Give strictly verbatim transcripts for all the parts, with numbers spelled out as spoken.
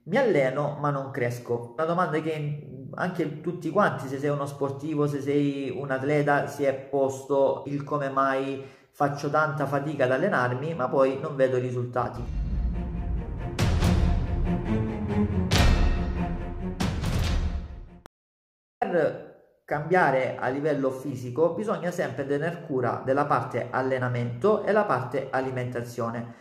Mi alleno ma non cresco. Una domanda che anche tutti quanti, se sei uno sportivo, se sei un atleta, si è posto: il come mai faccio tanta fatica ad allenarmi ma poi non vedo risultati. Per cambiare a livello fisico bisogna sempre tener cura della parte allenamento e la parte alimentazione.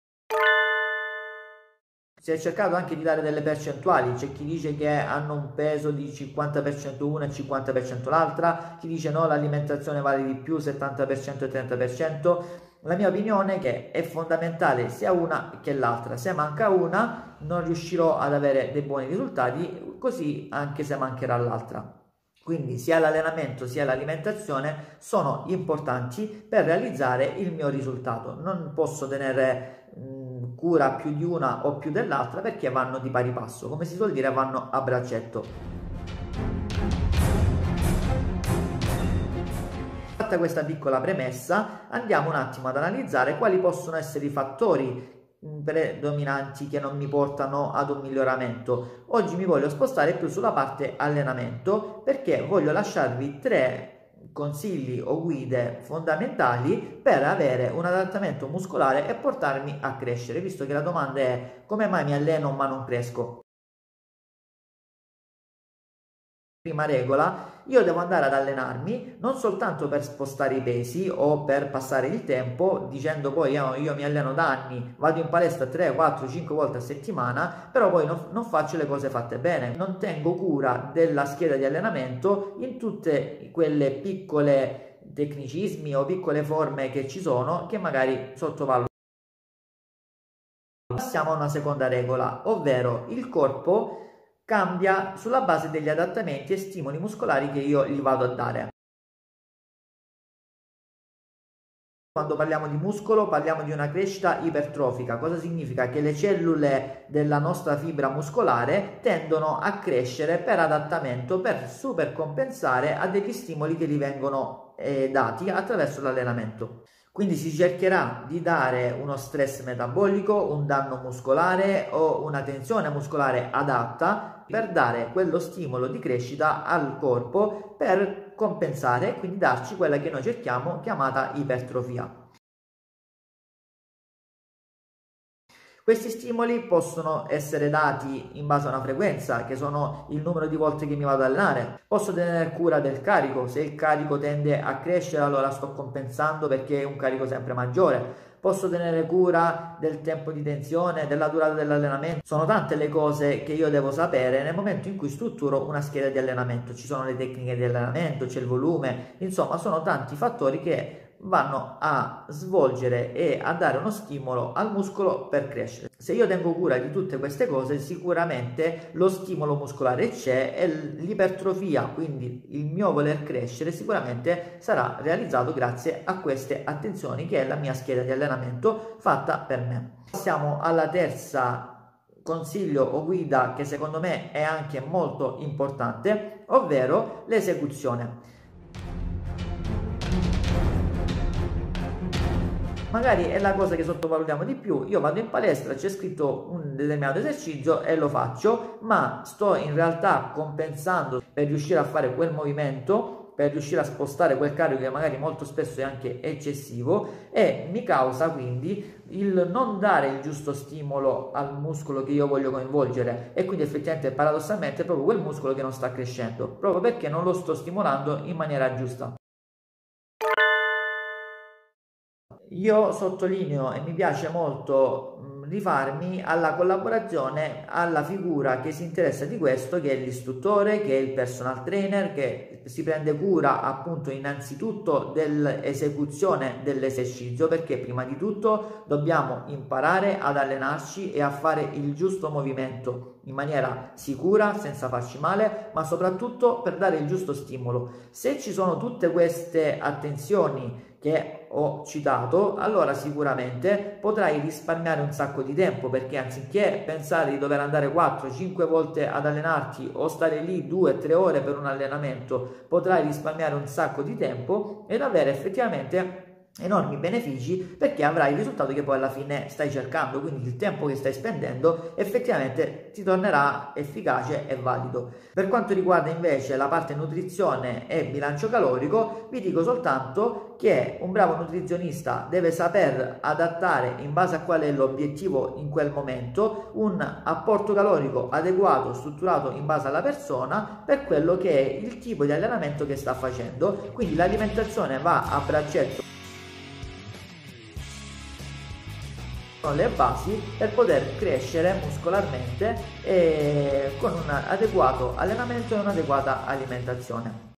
Si è cercato anche di dare delle percentuali, c'è chi dice che hanno un peso di cinquanta per cento una e cinquanta per cento l'altra, chi dice no, l'alimentazione vale di più, settanta per cento e trenta per cento. La mia opinione è che è fondamentale sia una che l'altra. Se manca una non riuscirò ad avere dei buoni risultati, così anche se mancherà l'altra. Quindi sia l'allenamento sia l'alimentazione sono importanti per realizzare il mio risultato. Non posso tenere cura più di una o più dell'altra perché vanno di pari passo, come si suol dire, vanno a braccetto. Fatta questa piccola premessa, andiamo un attimo ad analizzare quali possono essere i fattori predominanti che non mi portano ad un miglioramento. Oggi mi voglio spostare più sulla parte allenamento perché voglio lasciarvi tre consigli o guide fondamentali per avere un adattamento muscolare e portarmi a crescere, visto che la domanda è: come mai mi alleno ma non cresco? Prima regola, io devo andare ad allenarmi non soltanto per spostare i pesi o per passare il tempo dicendo poi oh, io mi alleno da anni, vado in palestra tre, quattro, cinque volte a settimana, però poi non, non faccio le cose fatte bene, non tengo cura della scheda di allenamento in tutte quelle piccole tecnicismi o piccole forme che ci sono che magari sottovaluto. Passiamo a una seconda regola, ovvero il corpo cambia sulla base degli adattamenti e stimoli muscolari che io gli vado a dare. Quando parliamo di muscolo parliamo di una crescita ipertrofica. Cosa significa? Che le cellule della nostra fibra muscolare tendono a crescere per adattamento, per supercompensare a degli stimoli che gli vengono eh, dati attraverso l'allenamento. Quindi si cercherà di dare uno stress metabolico, un danno muscolare o una tensione muscolare adatta per dare quello stimolo di crescita al corpo per compensare e quindi darci quella che noi cerchiamo chiamata ipertrofia. Questi stimoli possono essere dati in base a una frequenza, che sono il numero di volte che mi vado ad allenare. Posso tenere cura del carico, se il carico tende a crescere allora sto compensando perché è un carico sempre maggiore. Posso tenere cura del tempo di tensione, della durata dell'allenamento. Sono tante le cose che io devo sapere nel momento in cui strutturo una scheda di allenamento. Ci sono le tecniche di allenamento, c'è il volume, insomma sono tanti fattori che vanno a svolgere e a dare uno stimolo al muscolo per crescere. Se io tengo cura di tutte queste cose, sicuramente lo stimolo muscolare c'è e l'ipertrofia, quindi il mio voler crescere, sicuramente sarà realizzato grazie a queste attenzioni che è la mia scheda di allenamento fatta per me. Passiamo alla terza consiglio o guida che secondo me è anche molto importante, ovvero l'esecuzione. Magari è la cosa che sottovalutiamo di più. Io vado in palestra, c'è scritto un determinato esercizio e lo faccio, ma sto in realtà compensando per riuscire a fare quel movimento, per riuscire a spostare quel carico che magari molto spesso è anche eccessivo e mi causa quindi il non dare il giusto stimolo al muscolo che io voglio coinvolgere e quindi effettivamente paradossalmente è proprio quel muscolo che non sta crescendo, proprio perché non lo sto stimolando in maniera giusta. Io sottolineo e mi piace molto rifarmi alla collaborazione, alla figura che si interessa di questo, che è l'istruttore, che è il personal trainer, che si prende cura appunto innanzitutto dell'esecuzione dell'esercizio, perché prima di tutto dobbiamo imparare ad allenarci e a fare il giusto movimento in maniera sicura, senza farci male, ma soprattutto per dare il giusto stimolo. Se ci sono tutte queste attenzioni che ho citato, allora sicuramente potrai risparmiare un sacco di tempo, perché anziché pensare di dover andare quattro cinque volte ad allenarti o stare lì due tre ore per un allenamento, potrai risparmiare un sacco di tempo ed avere effettivamente enormi benefici, perché avrai il risultato che poi alla fine stai cercando, quindi il tempo che stai spendendo effettivamente ti tornerà efficace e valido. Per quanto riguarda invece la parte nutrizione e bilancio calorico, vi dico soltanto che un bravo nutrizionista deve saper adattare, in base a qual è l'obiettivo in quel momento, un apporto calorico adeguato, strutturato in base alla persona, per quello che è il tipo di allenamento che sta facendo. Quindi l'alimentazione va a braccetto con le basi per poter crescere muscolarmente e con un adeguato allenamento e un'adeguata alimentazione.